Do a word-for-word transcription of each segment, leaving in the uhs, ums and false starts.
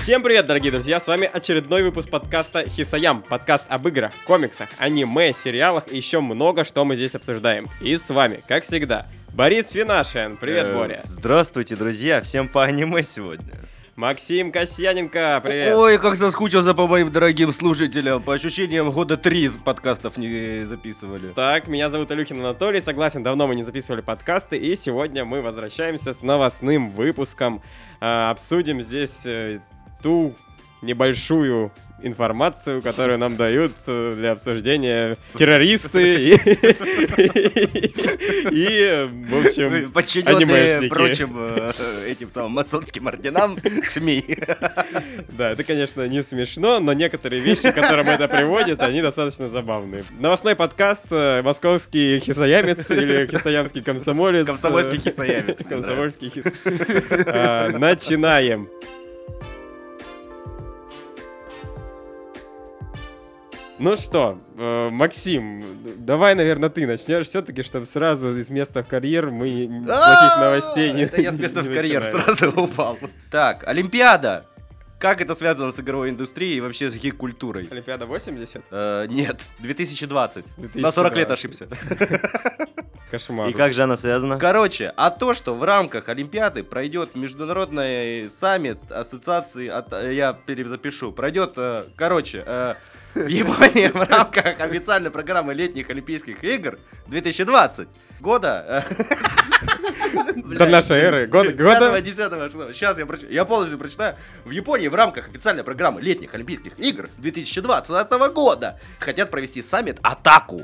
Всем привет, дорогие друзья, с вами очередной выпуск подкаста Хисаям. Подкаст об играх, комиксах, аниме, сериалах и еще много что мы здесь обсуждаем. И с вами, как всегда, Борис Финашин. Привет, э, Боря. Здравствуйте, друзья, всем по аниме сегодня. Максим Касьяненко, привет. Ой, как соскучился по моим дорогим слушателям. По ощущениям, года три подкастов не записывали. Так, меня зовут Илюхин Анатолий, согласен, давно мы не записывали подкасты, и сегодня мы возвращаемся с новостным выпуском. А, обсудим здесь э, ту небольшую информацию, которую нам дают для обсуждения террористы и, в общем, подчиненные прочим этим самым масонским орденам СМИ. Да, это, конечно, не смешно, но некоторые вещи, к которым это приводит, они достаточно забавные. Новостной подкаст «Московский хисаямец» или «Хисаямский комсомолец». Комсомольский хисаямец. Комсомольский хисаямец. Начинаем. Ну что, э, Максим, давай, наверное, ты начнешь все-таки, чтобы сразу из места в карьер мы плохих новостей не... Это я с места в карьер сразу упал. Так, Олимпиада. Как это связано с игровой индустрией и вообще с гик-культурой? Олимпиада восемьдесят? Э, нет, две тысячи двадцать. На сорок лет ошибся. Кошмар. И как же она связана? Короче, а то, что в рамках Олимпиады пройдет международный саммит ассоциации, от, я перезапишу, пройдет, э, короче, э, в Японии в рамках официальной программы летних Олимпийских игр две тысячи двадцать года. До нашей эры. Года? десятого что? Сейчас я прочитаю. Я полностью прочитаю. В Японии в рамках официальной программы летних Олимпийских игр две тысячи двадцатого года хотят провести саммит Атаку.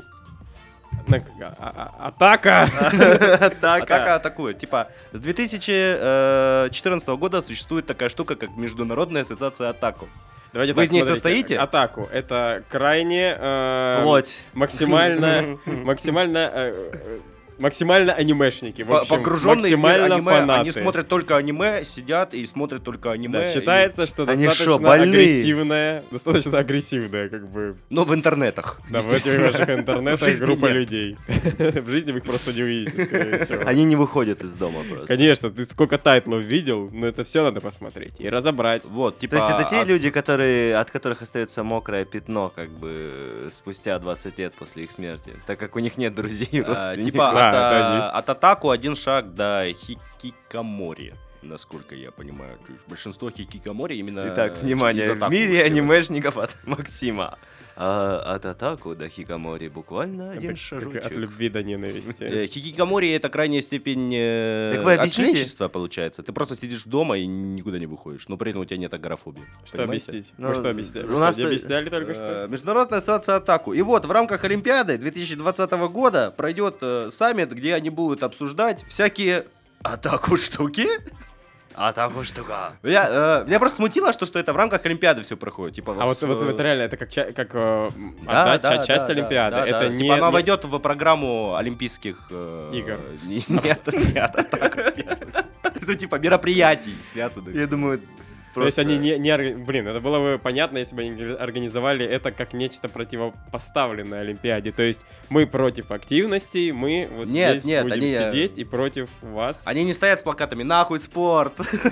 Атака! Атака атакует. Типа, с две тысячи четырнадцатого года существует такая штука, как Международная ассоциация Атаку. Давайте Вы так, в ней смотрите. состоите? Атаку. Это крайне... Э, Плоть. Максимально... Максимально... Э, максимально анимешники. В общем, погруженные максимально в аниме, фанаты. они смотрят только аниме, сидят и смотрят только аниме. Да, считается, что Они достаточно шо, больные? агрессивная, достаточно агрессивная, как бы... Но в интернетах. Да, в этих ваших интернетах В жизни группа нет. людей. В жизни вы их просто не увидите, скорее всего. Они не выходят из дома просто. Конечно, ты сколько тайтлов видел, но это все надо посмотреть и разобрать. Вот, типа... То есть это те а- люди, которые, от которых остается мокрое пятно, как бы спустя двадцать лет после их смерти, так как у них нет друзей и а, родственников. Типа Да, от, это а, от Атаку один шаг до Хикикамори. Насколько я понимаю. То есть большинство хикикамори именно... Итак, из внимание, в Атаку мире успевают. анимешников от Максима. А от Атаку до Хикамори буквально один Это шажочек. как от любви до ненависти. Э, Хикикамори это крайняя степень э, Так вы объясните? отшельничества, получается. Ты просто сидишь дома и никуда не выходишь, но при этом у тебя нет агорафобии. Что Понимаете? объяснить? Ну, Вы что объясняли? у Вы что, нас не то- объясняли только что? Э, Международная ассоциация Атаку. И вот в рамках Олимпиады две тысячи двадцатого года пройдет э, саммит, где они будут обсуждать всякие Атаку штуки. Атаку штука. Я, э, меня просто смутило, что, что это в рамках Олимпиады все проходит. Типа, А вот, с, вот э, это реально, это как, ча- как э, да, одна да, ча- часть да, Олимпиады. да, это да. не... Типа она не- войдет в программу олимпийских э, Игр. не- Нет, нет, Атаку. Ну типа мероприятий связанных. Я думаю, То есть просто- они не, не... орг- Блин, это было бы понятно, если бы они организовали это как нечто противопоставленное Олимпиаде. То есть мы против активностей, мы вот Нет, здесь нет, будем они- сидеть и против вас. Они не стоят с плакатами «Нахуй спорт!»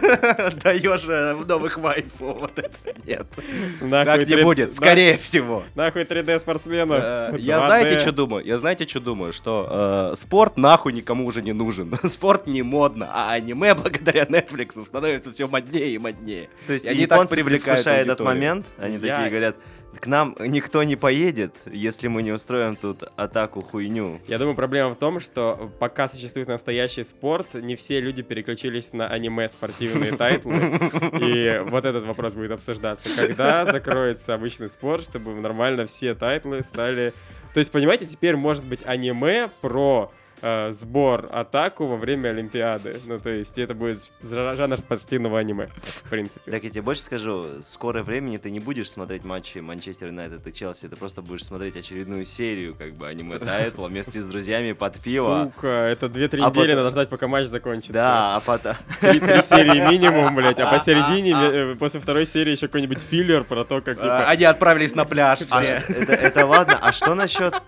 Даешь э, новых вайфу. Вот это нет. Нахуй Так не три- будет, да, скорее всего. Нахуй три дэ спортсменов. Э, Я два знаете, дэ. что думаю? Я знаете, что думаю? Что э, спорт нахуй никому уже не нужен. Спорт не модно, а аниме благодаря Netflix становится все моднее и моднее. То есть И они так японцы, привлекают предвкушая этот аудиторию. момент, они Я- такие говорят, к нам никто не поедет, если мы не устроим тут атаку хуйню. Я думаю, проблема в том, что пока существует настоящий спорт, не все люди переключились на аниме спортивные тайтлы. И вот этот вопрос будет обсуждаться. Когда закроется обычный спорт, чтобы нормально все тайтлы стали... То есть, понимаете, теперь может быть аниме про э, сбор Атаку во время Олимпиады. Ну, то есть, это будет жа- жанр спортивного аниме, в принципе. Так я тебе больше скажу, в скорое времени ты не будешь смотреть матчи Манчестер Юнайтед и Челси, ты просто будешь смотреть очередную серию, как бы, аниме тайтла вместе с друзьями под пиво. Сука, это две-три А недели потом- надо ждать, пока матч закончится. Да, а потом... Три, три серии минимум, блять, а посередине, э, после второй серии еще какой-нибудь филлер про то, как, Э, типа... Они отправились на пляж А все. ш- это, это ладно, а что насчет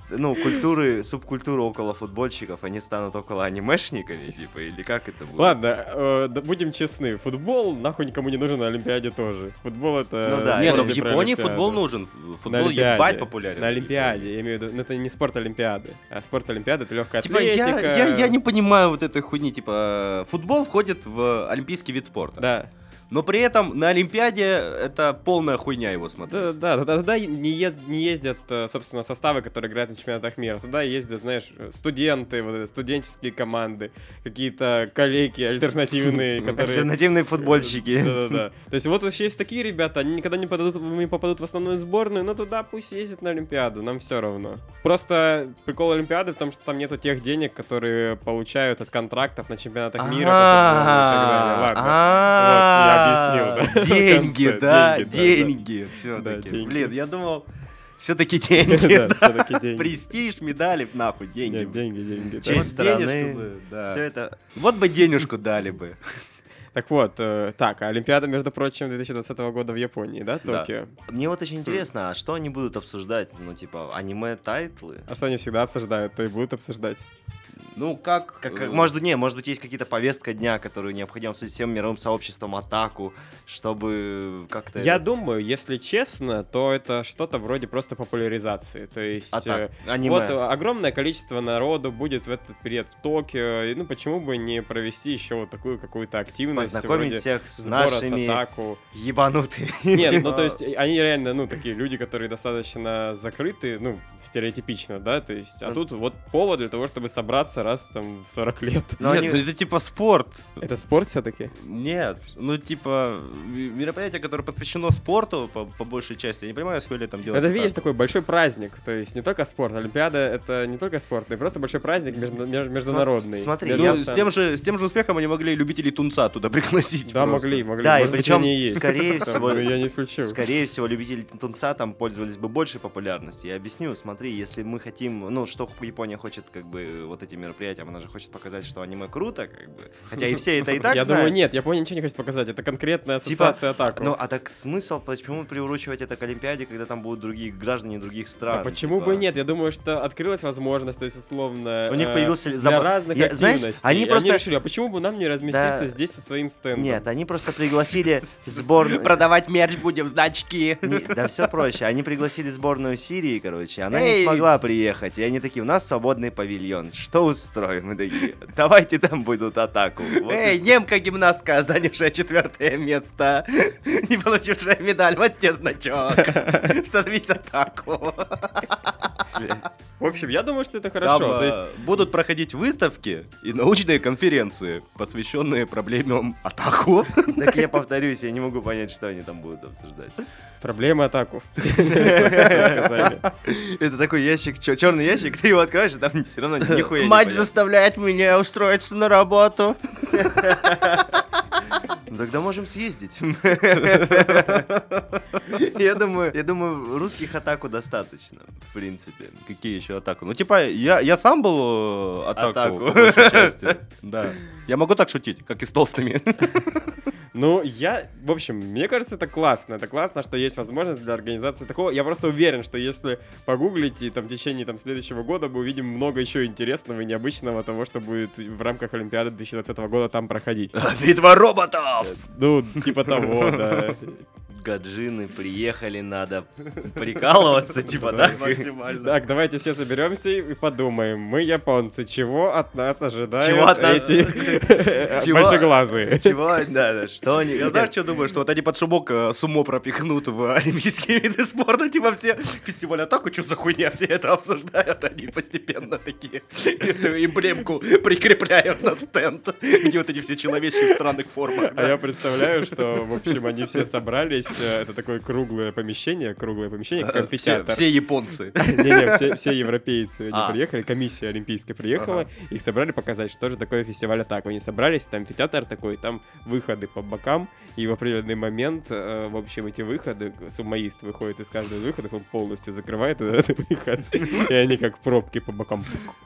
ну, культуры, субкультуры около футбольщиков, они станут около анимешниками, типа, или как это будет? Ладно, э, да будем честны, футбол нахуй никому не нужен на Олимпиаде тоже. Футбол это... Ну да, Не, ну в спорт не про Японии Олимпиаду. футбол нужен. На Футбол Олимпиаде. ебать популярен. На Олимпиаде, я имею в виду, ну, это не спорт Олимпиады, а спорт Олимпиады это легкая Типа, атлетика. я, я, я не понимаю вот этой хуйни, типа, футбол входит в олимпийский вид спорта. Да. Но при этом на Олимпиаде это полная хуйня его смотреть. Да, да, да, туда не, е- не ездят, э, собственно, составы, которые играют на чемпионатах мира. Туда ездят, знаешь, студенты, вот, эти студенческие команды, какие-то коллеги альтернативные, которые... Альтернативные футбольщики. Да-да-да. То есть вот вообще есть такие ребята, они никогда не попадут, не попадут в основную сборную, но туда пусть ездят на Олимпиаду, нам все равно. Просто прикол Олимпиады в том, что там нету тех денег, которые получают от контрактов на чемпионатах мира по футболу и так далее. Ладно. Вот, я объяснил, да. Деньги, В конце. да, Деньги, да, деньги. Да, Все-таки. деньги. Блин, я думал, все-таки деньги. Да, да. всё-таки деньги. Престиж, медали, нахуй, деньги. Нет, деньги, деньги. да. Честь Вот денежку страны, бы, да. все это... Вот бы денежку дали бы. Так вот, э, так, а Олимпиада, между прочим, две тысячи двадцатого года в Японии, да, Да. Токио? Мне вот очень интересно, а что они будут обсуждать? Ну, типа, аниме-тайтлы? А что они всегда обсуждают, то и будут обсуждать. Ну, как... Как, э, может быть, не, может быть, есть какие-то повестка дня, которую необходимо обсудить всем мировым сообществом атаку, чтобы как-то... Я это- думаю, если честно, то это что-то вроде просто популяризации. То есть, Атак, э, аниме. вот э, огромное количество народу будет в этот период в Токио, и ну почему бы не провести еще вот такую какую-то активность Познакомить вроде всех с сбора с нашими атаку. ебанутыми. Нет, ну то есть э, они реально, ну такие люди, которые достаточно закрыты, ну стереотипично, да, то есть, а Ну. тут вот повод для того, чтобы собраться раз там в сорок лет. Но Нет, они- ну это типа спорт. Это спорт все-таки? Нет, ну типа м- мероприятие, которое посвящено спорту по, по большей части. Я не понимаю, с хуй ли там делать. Это, атаку. видишь, такой большой праздник, то есть не только спорт, Олимпиада это не только спорт, но и просто большой праздник между- меж- международный. смотри, Между Ну, там- с тем, же, с тем же успехом они могли любителей тунца туда пригласить. Да, просто. могли, могли. Да, и Может быть, причем, они и есть. скорее Там, всего, ну, я не исключу. Скорее всего, любители тунца там пользовались бы большей популярностью. Я объясню, смотри, если мы хотим, ну, что Япония хочет, как бы, вот этим мероприятиям, она же хочет показать, что аниме круто, как бы. Хотя и все это и так Я знают. думаю, нет, Япония ничего не хочет показать, это конкретная Типа, ассоциация атаку. Ну, а так смысл, почему приурочивать это к Олимпиаде, когда там будут другие граждане других стран? А почему типа? бы и нет? Я думаю, что открылась возможность, то есть, условно, У них э, появился для забор- разных Я- знаешь, активностей. они просто- решили, а почему бы нам не разместиться Да. здесь со своим стендом? Нет, они просто пригласили сборную... Продавать мерч будем, значки. Не, да все проще. Они пригласили сборную Сирии, короче. Она не Эй! смогла приехать. И они такие, у нас свободный павильон. Что устроим? Мы такие, давайте там будут атаку. Вот и Эй, всё. немка-гимнастка, занявшая четвертое место, не получившая медаль, вот тебе значок. Становись атаку. Блядь. В общем, я думаю, что это Там хорошо. То э, есть, будут проходить выставки и научные конференции, посвященные проблемам атаку. Так я повторюсь, я не могу понять, что они там будут обсуждать. проблемы атаку. Сказали. Это такой ящик, черный ящик, ты его откроешь, и там все равно нихуя не Мать понятно. заставляет меня устроиться на работу. Ну, тогда можем съездить. Я думаю, я думаю, русских атаку достаточно, в принципе. Какие еще атаку? Ну, типа, я, я сам был э, атаку, Атаку. по большей части. Да. Я могу так шутить, как и с толстыми. Ну, я, в общем, мне кажется, это классно. Это классно, что есть возможность для организации такого. Я просто уверен, что если погуглить, и там в течение там, следующего года мы увидим много еще интересного и необычного того, что будет в рамках Олимпиады две тысячи двадцатого года там проходить. Битва роботов! Ну, типа того, да. Гаджины приехали, надо прикалываться, типа, да? Максимально. Так, давайте все соберемся и подумаем. Мы, японцы, чего от нас ожидают Чего от нас- эти Чего- большеглазые? Чего? Да, да, что они... Я знаешь, что думаю? Что вот они под шумок э, сумо пропихнут в олимпийские виды спорта. Типа все фестиваль атаку, что за хуйня? Все это обсуждают. Они постепенно такие эту эмблемку прикрепляют на стенд. Где вот эти все человечки в странных формах. А я представляю, что, в общем, они все собрались. э, Это такое круглое помещение, круглое помещение, как Все, амфитеатр. все японцы. Не-не, все, все европейцы они А. приехали, комиссия олимпийская приехала, Ага. их собрали показать, что же такое фестиваль атаку. Они собрались, там амфитеатр такой, там выходы по бокам, и в определенный момент, э, в общем, эти выходы, суммоист выходит из каждого из выходов, он полностью закрывает этот выход, и они как пробки по бокам.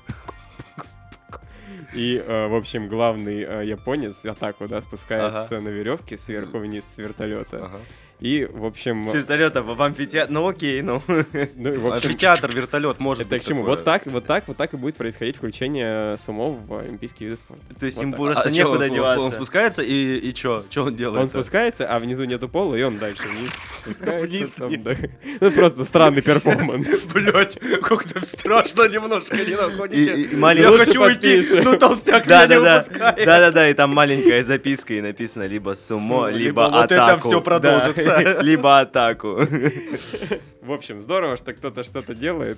И, э, в общем, главный э, японец атаку, да, спускается на веревке сверху вниз с вертолета. Ага. И, в общем... С вертолета в амфитеатр. Ну окей, ну. Ну, и, в общем, Амфитеатр, вертолет, может это быть к чему? такое. Вот так, вот так, вот так и будет происходить включение сумов в олимпийские виды спорта. То есть Вот им так. просто А чё, некуда он- Он деваться. спускается и, и чё? Чё он делает? Он спускается, а внизу нету пола, и он дальше вниз спускается. Вниз, там, вниз. да. Ну, просто странный перформанс. Блять, как-то страшно немножко, не находите? И- и маленький- Я Лучше хочу уйти, подпиши. ну толстяк Да, меня не да, да. выпускает. Да, да, да, и там маленькая записка, и написано либо сумо, Либо либо вот это атаку. всё продолжится. Да, либо атаку. В общем, здорово, что кто-то что-то делает.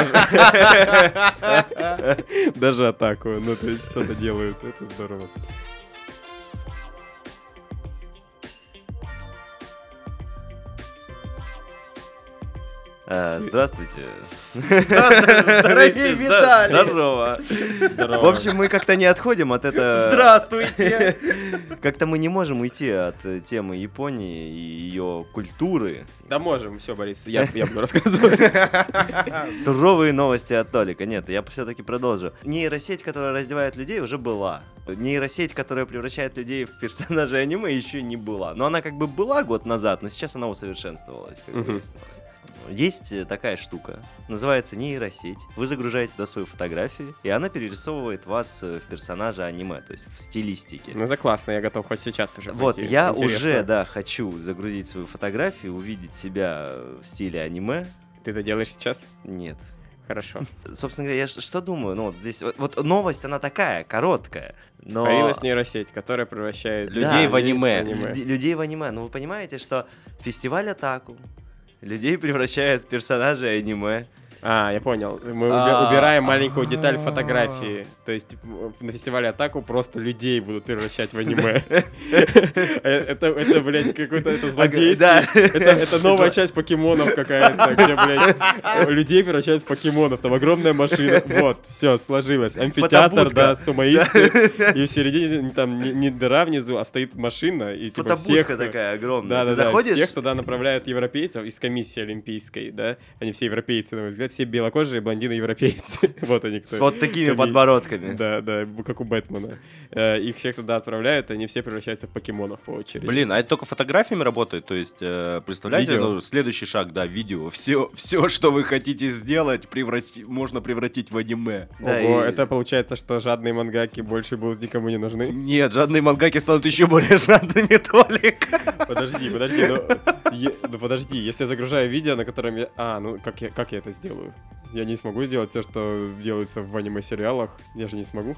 Даже- Даже атаку. Ну, то есть что-то делают. Это здорово. А, Здравствуйте. Дорогие Виталий. Здорово. Здорово. В общем, мы как-то не отходим от этого. Здравствуйте. Как-то мы не можем уйти от э, темы Японии и ее культуры. Да можем, все, Борис, я, я буду рассказывать. Суровые новости от Толика. Нет, я все-таки продолжу. Нейросеть, которая раздевает людей, уже была. Нейросеть, которая превращает людей в персонажей аниме, еще не была. Но она как бы была год назад, но сейчас она усовершенствовалась, как Мгм. выяснилось. Есть э, такая штука, называется нейросеть. Вы загружаете туда свою фотографию, и она перерисовывает вас э, в персонажа аниме, то есть в стилистике. Ну это классно, я готов хоть сейчас уже Вот, пойти. я Интересно. уже, да, хочу загрузить свою фотографию, увидеть себя в стиле аниме. Ты это делаешь сейчас? Нет. Хорошо. Собственно говоря, я ш- что думаю? Ну, вот здесь вот, вот новость, она такая, короткая. Но... Появилась нейросеть, которая превращает Людей в аниме. Люд- людей в аниме. Ну, вы понимаете, что фестиваль Атаку людей превращает в персонажей аниме. А, я понял. Мы уби- А, убираем маленькую деталь а. фотографии. То есть м, на фестивале Атаку просто людей будут превращать в аниме. Это, это, блядь, какой-то это злодейский. Да. Это, это новая часть покемонов какая-то, где, блядь, людей превращают в покемонов. Там огромная машина. Вот, все, сложилось. Амфитеатр, Фотобудка. да, сумоисты. И в середине там не, не дыра внизу, а стоит машина. И типа всех... Фотобудка такая огромная. Да, Ты да, да. заходишь? Всех туда направляют европейцев из комиссии олимпийской, да. Они все европейцы, на мой взгляд, все белокожие блондины-европейцы. Вот они кто. С вот такими Коми- подбородками. Да, да, б- как у Бэтмена. Э, Их всех туда отправляют, они все превращаются в покемонов по очереди. Блин, а это только фотографиями работает? То есть, э, представляете, Видео. ну, следующий шаг, да, видео. Все, все, что вы хотите сделать, преврати- можно превратить в аниме. Да, Ого, и- это получается, что жадные мангаки больше будут никому не нужны? Нет, жадные мангаки станут еще более жадными, Толик. Подожди, подожди, ну, е- ну подожди, если я загружаю видео, на котором я... А, ну как я, как я это сделаю? Я не смогу сделать все, что делается в аниме-сериалах. Я же не смогу.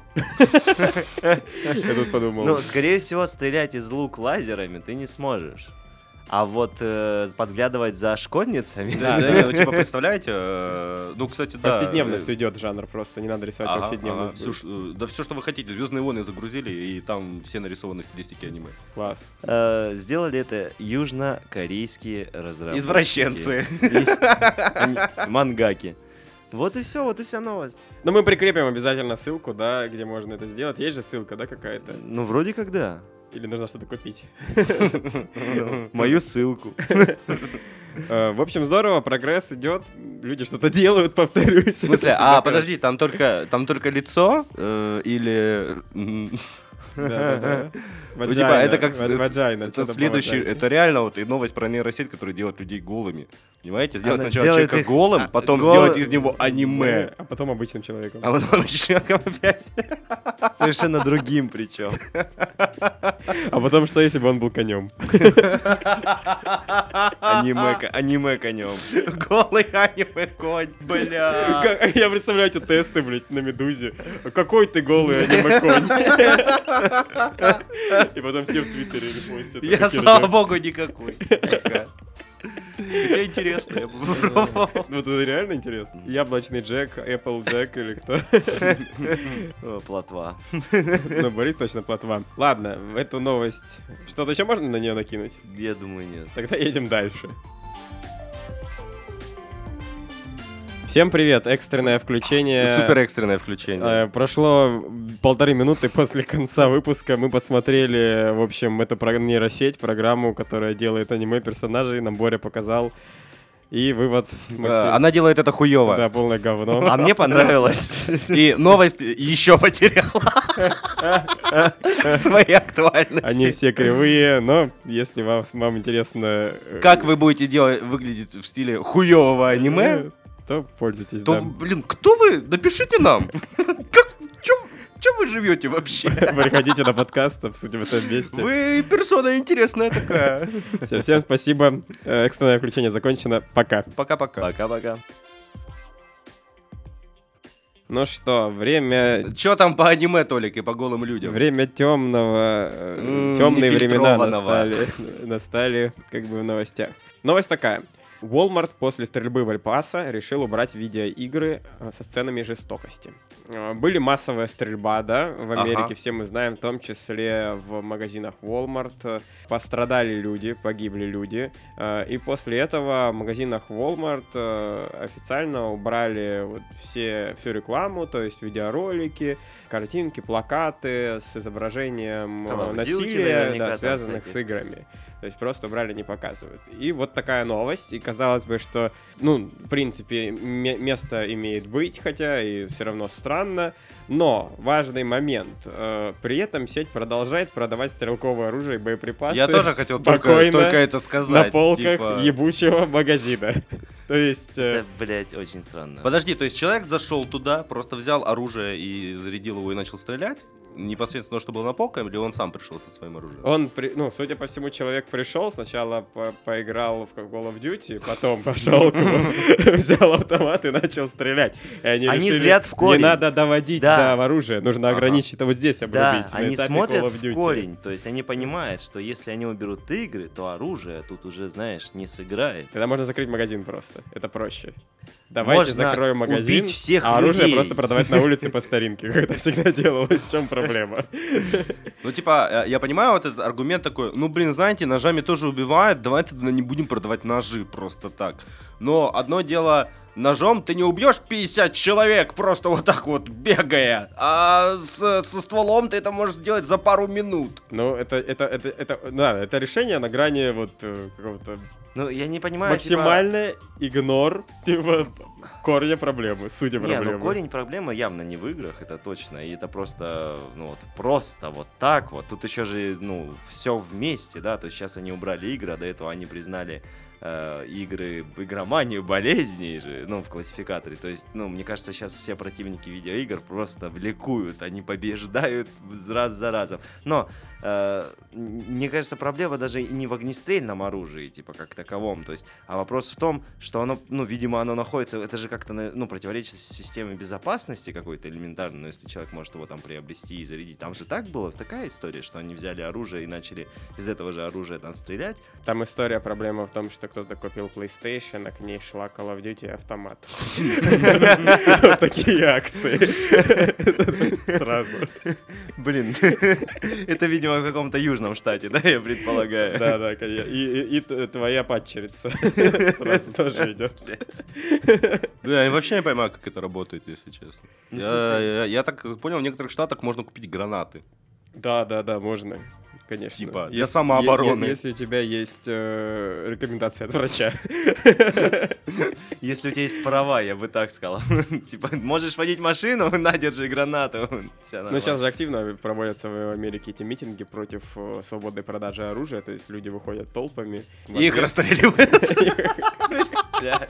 Я тут подумал. Ну, скорее всего, стрелять из лук лазерами ты не сможешь. А вот э, подглядывать за школьницами... Да, да, не, ну типа, представляете, э, ну, кстати, да. Повседневность э, уйдет жанр просто, не надо рисовать ага, повседневность. ага, будет. всё, ш- э, да все, что вы хотите. Звездные войны загрузили, и там все нарисованы в стилистике аниме. Класс. Э, Сделали это южнокорейские разработчики. Извращенцы. И- они- Мангаки. Вот и все, вот и вся новость. Ну, мы прикрепим обязательно ссылку, да, где можно это сделать. Есть же ссылка, да, какая-то? Ну, вроде как да. Или нужно что-то купить? Мою ссылку. Э, В общем, здорово, прогресс идет, люди что-то делают, повторюсь. В смысле, а подожди, там только, там только лицо э, или... м, Да-да-да. Ну, типа, это как Ваджайна, с- ваджайна, это что-то по следующий, ваджайне. это реально вот и новость про нейросеть, которая делает людей голыми. Понимаете? Сделать Она сначала делает человека их- голым, а, потом гол- сделать из него аниме. А потом обычным человеком. А потом человеком опять. Совершенно другим причем. А потом что, если бы он был конем? Аниме, аниме конем. Голый аниме конь, бля. Как- Я представляю эти тесты, блядь, на Медузе. Какой ты голый аниме-конь? И потом все в Твиттере репостят. Я, Такие слава ребята. богу, никакой. Пока. Хотя интересно, я бы попробовал. Вот это реально интересно. Яблочный Джек, Apple Джек или кто? О, плотва. Ну, Борис точно плотва. Ладно, в эту новость. Что-то еще можно на нее накинуть? Я думаю, нет. Тогда едем дальше. Всем привет, экстренное включение. Супер экстренное включение. Э, Прошло полторы минуты после конца выпуска. Мы посмотрели, в общем, эту про- нейросеть, программу, которая делает аниме-персонажей. Нам Боря показал. И вывод, Максим. А, Она делает это хуёво. Да, полное говно. А мне понравилось. И новость еще потеряла своей актуальности. Они все кривые, но если вам, вам интересно... э, Как вы будете делать, выглядеть в стиле хуёвого аниме, то пользуйтесь, то, да. блин, кто вы? Напишите нам. Как, чё, чё вы живете вообще? Приходите на подкаст, обсудим это вместе. Вы персона интересная такая. Всё, всем спасибо. Э, Экстренное включение закончено. Пока. Пока-пока. Пока-пока. Ну что, время... Чё там по аниме, Толик, и по голым людям? Время темного, М, темные времена нефильтрованного. настали, настали как бы в новостях. Новость такая. Walmart после стрельбы в Эль-Пасо решил убрать видеоигры э, со сценами жестокости. Э, Были массовая стрельба, да, в Америке, Ага. все мы знаем, в том числе в магазинах Walmart. Э, Пострадали люди, погибли люди. Э, И после этого в магазинах Walmart э, официально убрали вот все, всю рекламу, то есть видеоролики, картинки, плакаты с изображением э, Call of Duty насилия, наверняка да, там связанных с всяких. играми. То есть просто убрали, не показывают. И вот такая новость. И казалось бы, что, ну, в принципе, ме- место имеет быть, хотя и все равно странно. Но важный момент. э, При этом сеть продолжает продавать стрелковое оружие и боеприпасы Я тоже хотел только, спокойно только это сказать. на полках типа- ебучего магазина. То есть... э, Это, блядь, очень странно. Подожди, то есть человек зашел туда, просто взял оружие и зарядил его и начал стрелять? Непосредственно то, что было на полках, или он сам пришел со своим оружием? Он, при- ну, судя по всему, человек пришел, сначала по- поиграл в Call of Duty, потом пошел, взял автомат и начал стрелять. И они Они решили, зрят в корень. не надо доводить Да. до оружия, нужно Ага. ограничить это вот здесь, обрубить. Да, на они этапе смотрят Call of в Duty. корень, то есть они понимают, что если они уберут игры, то оружие тут уже, знаешь, не сыграет. Тогда можно закрыть магазин просто, это проще. Давайте Можно закроем магазин, убить всех а оружие людей. просто продавать на улице по старинке, как это всегда делалось, в чем проблема? Ну, типа, э, я понимаю вот этот аргумент такой, ну, блин, знаете, ножами тоже убивают, давайте тогда не будем продавать ножи просто так. Но одно дело, ножом ты не убьешь пятьдесят человек, просто вот так вот бегая, а с- со стволом ты это можешь сделать за пару минут. Ну, это, это, это, это, да, это решение на грани вот э, какого-то Ну, я не понимаю, максимальный игнор, типа, корня проблемы, сути типа... Не, проблемы. ну корень проблемы явно не в играх, это точно. И это просто, ну вот, просто вот так вот. Тут еще же, ну, все вместе, да. То есть сейчас они убрали игры, а до этого они признали э, игры игроманию болезней же, ну, в классификаторе. То есть, ну, мне кажется, сейчас все противники видеоигр просто ликуют, они побеждают раз за разом. Но, э, м- мне кажется, проблема даже и не в огнестрельном оружии, типа, как таковом. То есть, а вопрос в том, что оно, ну, видимо, оно находится, это же как-то, на- ну, противоречит системе безопасности какой-то элементарной, но если человек может его там приобрести и зарядить. Там же так было, такая история, что они взяли оружие и начали из этого же оружия там стрелять. Там история, проблема в том, что кто-то купил PlayStation, а к ней шла Call of Duty и автомат. Вот такие акции. Сразу. Блин, это, видимо, в каком-то южном штате, да, я предполагаю. Да, да, конечно. И, и- и т- твоя падчерица сразу тоже идет. Бля, я вообще не понимаю, как это работает, если честно. Ну, в Я, смысле? я- я так понял, в некоторых штатах можно купить гранаты. Да, да, да, можно. Конечно. Типа, для Если- самообороны. е- Если у тебя есть э, рекомендация от врача. Если у тебя есть права, я бы так сказал. Типа, можешь водить машину, на, держи гранату. Всё Ну, нормально. сейчас же активно проводятся в Америке эти митинги против э, свободной продажи оружия, то есть люди выходят толпами. в И их ответ- расстреливают. Блядь.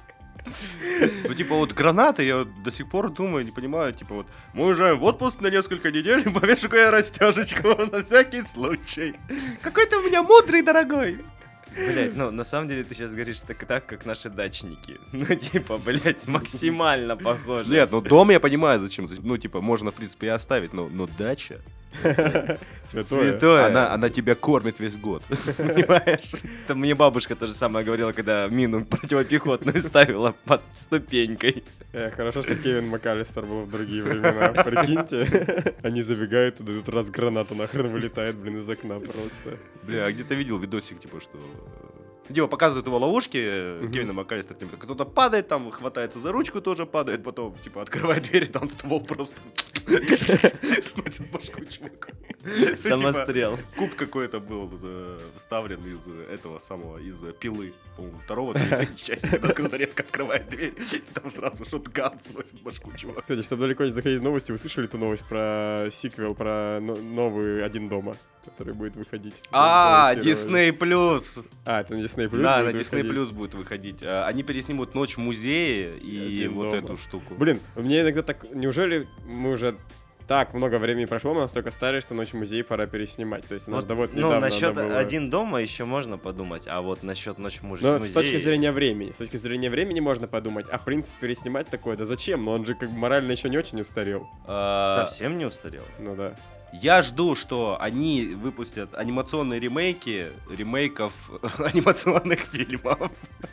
Ну, типа, вот гранаты, я вот до сих пор думаю, не понимаю, типа, вот, мы уезжаем в отпуск на несколько недель, повешу-ка я растяжечку на всякий случай. Какой ты у меня мудрый, дорогой. Блять, ну на самом деле ты сейчас говоришь так, так, как наши дачники. Ну, типа, блять, максимально похоже. Нет, ну дом я понимаю, зачем. Ну, типа, можно, в принципе, и оставить, но, но дача, Святое. Святое. она, она тебя кормит весь год. Понимаешь? Это мне бабушка то же самое говорила, когда мину противопехотную ставила под ступенькой. Э, Хорошо, что Кевин МакАлистер был в другие времена. Прикиньте, они забегают и дают раз граната нахрен вылетает, блин, из окна просто. Бля, я где-то видел видосик, типа, что... э, Типа, показывают его ловушки, э, Мгм. Кевина МакАлистера, типа, кто-то падает там, хватается за ручку, тоже падает, потом, типа, открывает дверь, и там ствол просто сносит башку чуваку. Самострел. Куб какой-то был э, вставлен из этого самого, из пилы, по-моему, второго, третьей части, когда кто-то редко открывает дверь, и там сразу шотган сносит башку чувака. Кстати, чтобы далеко не заходить в новости, вы слышали эту новость про сиквел, про но- новый «Один дома», который будет выходить? А, Балансировали. Disney Plus. А, это на Disney Plus Да, будет на Disney выходить? Plus будет выходить. А, Они переснимут «Ночь в музее» и «Один вот дома». эту штуку. Блин, мне иногда так... Неужели мы уже так много времени прошло, мы настолько старые, что «Ночь в музее» пора переснимать? То есть, Вот, да вот ну, недавно насчет надо было... «Один дома» еще можно подумать, а вот насчет «Ночь в Но музее». с точки зрения времени, с точки зрения времени можно подумать, а в принципе переснимать такое, да зачем? Но он же как бы морально еще не очень устарел. А, Совсем не устарел. Ну да. Я жду, что они выпустят анимационные ремейки ремейков анимационных фильмов.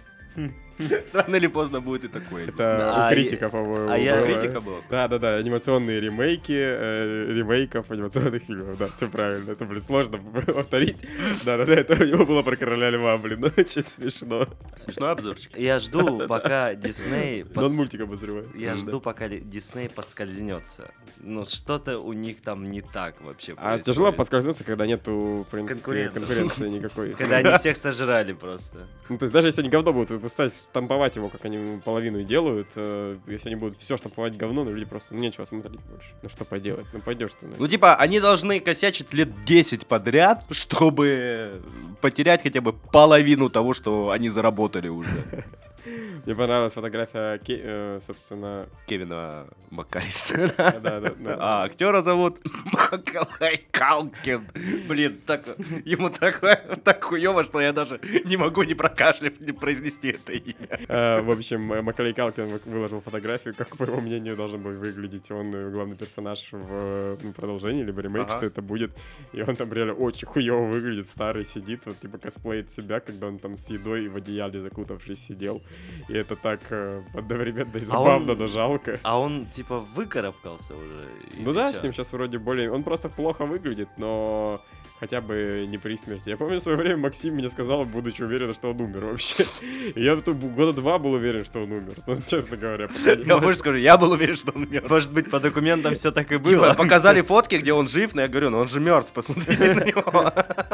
Рано или поздно будет и такое. Это А у я- критика, по-моему, а я- было. Критика была? Да, да, да, анимационные ремейки, э, ремейков анимационных фильмов, да, все правильно. Это, блин, сложно повторить. Да, да, да, это у него было про Короля Льва, блин, очень смешно. Смешной обзорчик. Я жду, пока Дисней... Но он мультик обозревает. Я Да. жду, пока ли- Дисней подскользнется. Ну, что-то у них там не так вообще А происходит. тяжело подскользнуться, когда нету, в принципе, Конкурентов. конкуренции никакой. Когда они всех сожрали просто. Ну, то есть даже если они говно будут выпускать, штамповать его, как они половину и делают, э, если они будут все штамповать говно, ну люди просто ну, нечего смотреть больше. Ну что поделать? Ну пойдешь ты. Ну, типа, они должны косячить лет десять подряд, чтобы потерять хотя бы половину того, что они заработали уже. Мне понравилась фотография, Ке- э, собственно... Кевина Маккалистера. Да, да, да. А актера зовут Макалай Калкин. Блин, так, ему так, так хуёво, что я даже не могу не прокашлять, не произнести это имя. Э, В общем, э, Макалей Калкин вы- выложил фотографию, как, по его мнению, должен был выглядеть он, э, главный персонаж в э, ну, продолжении, либо ремейк, Ага. что это будет. И он там реально очень хуёво выглядит, старый сидит, вот типа косплеит себя, когда он там с едой в одеяле закутавшись сидел. И это так э, одновременно и забавно, он- но жалко. А он, типа, выкарабкался уже? Ну или да, чё? с ним сейчас вроде более... Он просто плохо выглядит, но хотя бы не при смерти. Я помню, в свое время Максим мне сказал, будучи уверен, что он умер вообще. И я тут года два был уверен, что он умер. Ну, честно говоря. пока не- Я больше скажу, я был уверен, что он мертв. Может быть, по документам все так и Типа, было? показали фотки, где он жив, но я говорю, ну он же мертв, посмотрите на него.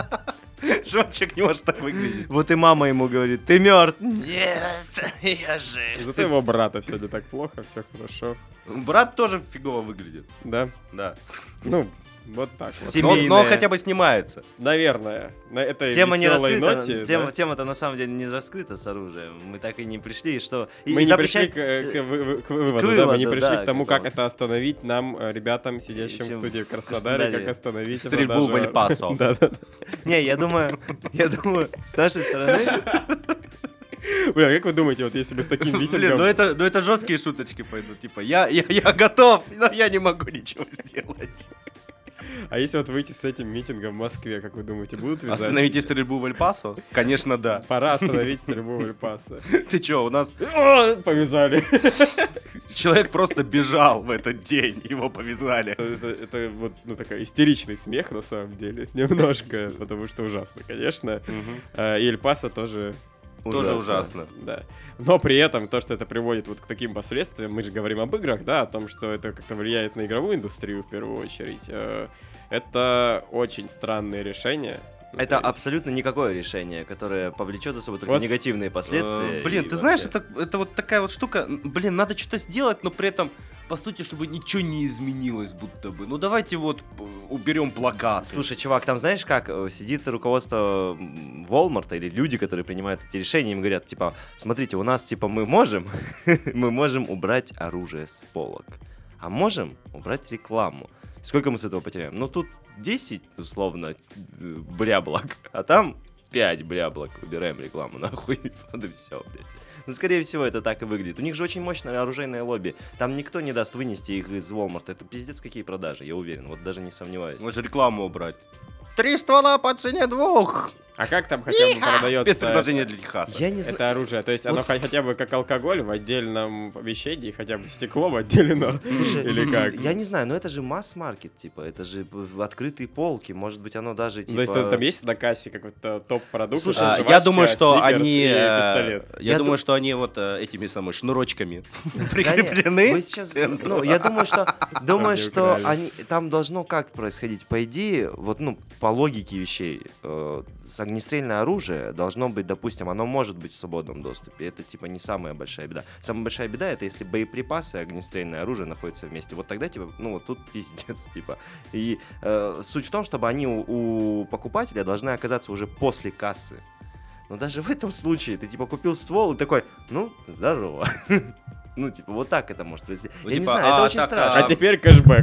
Жёлчик не может так выглядеть. Вот и мама ему говорит, ты мертв. Нет, я жив. Зато его брата все не так плохо, все хорошо. Брат тоже фигово выглядит. Да? Да. Ну, вот так вот. Сем- Но, он- но он Семейная. хотя бы снимается. Наверное. На этой Тема не веселой раскрыта, ноте, тема, да, тема-то на самом деле не раскрыта с оружием. Мы так и не пришли, что... и мы не пришли запрещать- к, э, к вы- вы- к выводу, к да, мы не выводу, пришли да, к тому, к как какому-то. это остановить нам, э, ребятам, сидящим в Сидящим студии в в Краснодаре, Краснодаре. как остановить Стрельбу в Эль-Пасо. Да, да. Не, я думаю, я думаю, с нашей стороны... Бля, а как вы думаете, вот если бы с таким Блин, митингом... ну это, ну это жесткие шуточки пойдут. Типа, я, я, я готов, но я не могу ничего сделать. А если вот выйти с этим митингом в Москве, как вы думаете, будут вязать? Остановите стрельбу в Эль-Пасо? Конечно, да. Пора остановить стрельбу в Эль-Пасо. Ты чё, у нас О, повязали. человек просто бежал в этот день, его повязали. Это, это вот, ну, такой истеричный смех, на самом деле. Немножко, потому что ужасно, конечно. А, И Эль-Пасо тоже... Тоже ужасно. Да. Но при этом то, что это приводит вот к таким последствиям, мы же говорим об играх, да, о том, что это как-то влияет на игровую индустрию в первую очередь. э, Это очень странное решение. Ну, Это то есть- абсолютно никакое решение, которое повлечет за собой только Вот, негативные последствия. Э, Блин, и ты знаешь, вообще. это, это вот такая вот штука. М, Блин, надо что-то сделать, но при этом, по сути, чтобы ничего не изменилось, будто бы. Ну давайте вот п- уберем плакаты. Слушай, чувак, там знаешь как, э, сидит руководство м, Walmart или люди, которые принимают эти решения, им говорят, типа, смотрите, у нас, типа, мы можем, мы можем убрать оружие с полок, а можем убрать рекламу. Сколько мы с этого потеряем? Ну, тут десять, условно, э, бляблок, а там пять бляблок. Убираем рекламу, нахуй, вот и все, блядь. Ну, скорее всего, это так и выглядит. У них же очень мощное оружейное лобби. Там никто не даст вынести их из Walmart. Это пиздец какие продажи, я уверен. Вот даже не сомневаюсь. Можно рекламу убрать. Три ствола по цене двух. А как там хотя бы продается Спецпредложение для Техаса. Я не знаю. это оружие? То есть оно Вот. хо- хотя бы как алкоголь в отдельном помещении, хотя бы стеклом отделено? Слушай, Или как? я не знаю, но это же масс-маркет, типа, это же в- открытые полки, может быть, оно даже, типа... То есть там есть на кассе какой-то топ-продукт? Слушай, А, жвачка, я думаю, что сникерс они, и э, пистолет. я Я думаю, ду- что они вот э, этими самыми шнурочками Да нет, прикреплены. вы к сейчас, центру. ну, я думаю, что, думаю, Они что украли. они, там должно как происходить? По идее, вот, ну, по логике вещей, э, с- огнестрельное оружие должно быть, допустим, оно может быть в свободном доступе. Это, типа, не самая большая беда. Самая большая беда — это если боеприпасы и огнестрельное оружие находятся вместе. Вот тогда, типа, ну, вот тут пиздец, типа. И э, суть в том, чтобы они у, у покупателя должны оказаться уже после кассы. Но даже в этом случае ты, типа, купил ствол и такой, ну, здорово. Ну, типа, вот так это может произойти. Ну, Я не типа, знаю, это а, очень так, страшно. А теперь кэшбэк.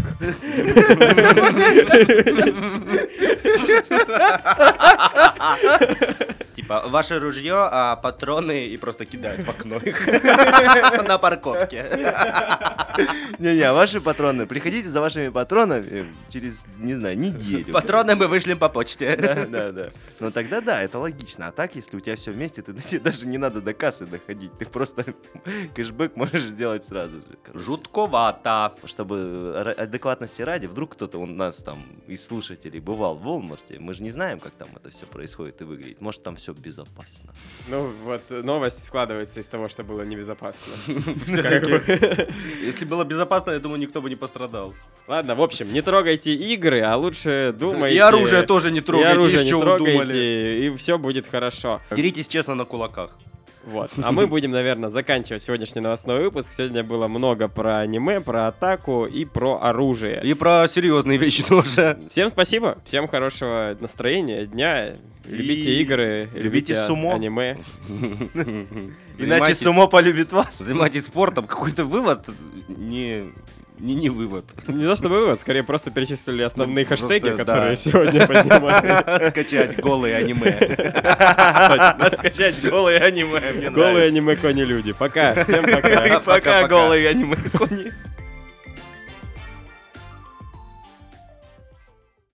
Типа, ваше ружье, а патроны и просто кидают в окно их на парковке. Не-не, ваши патроны. Приходите за вашими патронами через, не знаю, неделю. Патроны мы вышлем по почте. Да, да, да. Ну тогда да, это логично. А так, если у тебя все вместе, ты, тебе даже не надо до кассы доходить. Ты просто кэшбэк можешь сделать сразу же. короче. Жутковато. Чтобы ра- адекватности ради, вдруг кто-то у нас там из слушателей бывал в Волмарте, мы же не знаем, как там это все происходит и выглядит. Может, там все безопасно. Ну вот новость складывается из того, что было небезопасно. Если было безопасно, я думаю, никто бы не пострадал. Ладно, в общем, не трогайте игры, а лучше думайте. И оружие тоже не И трогайте, оружие из не чего вы трогайте, думали. и все будет хорошо. Деритесь честно на кулаках. Вот. А мы будем, наверное, заканчивать сегодняшний новостной выпуск. Сегодня было много про аниме, про атаку и про оружие. И про серьезные вещи тоже. Всем спасибо, всем хорошего настроения, дня. Любите И игры, любите любите сумо. аниме. Иначе Занимайтесь- сумо полюбит вас. Занимайтесь спортом. Какой-то вывод не... Не, не вывод. Не то чтобы вывод, скорее просто перечислили основные Ну, просто, хэштеги, да. которые сегодня поднимали. Скачать голые аниме. Скачать голые аниме. мне Голые нравится. аниме кони люди. Пока, всем пока. Пока Пока-пока. голые аниме кони.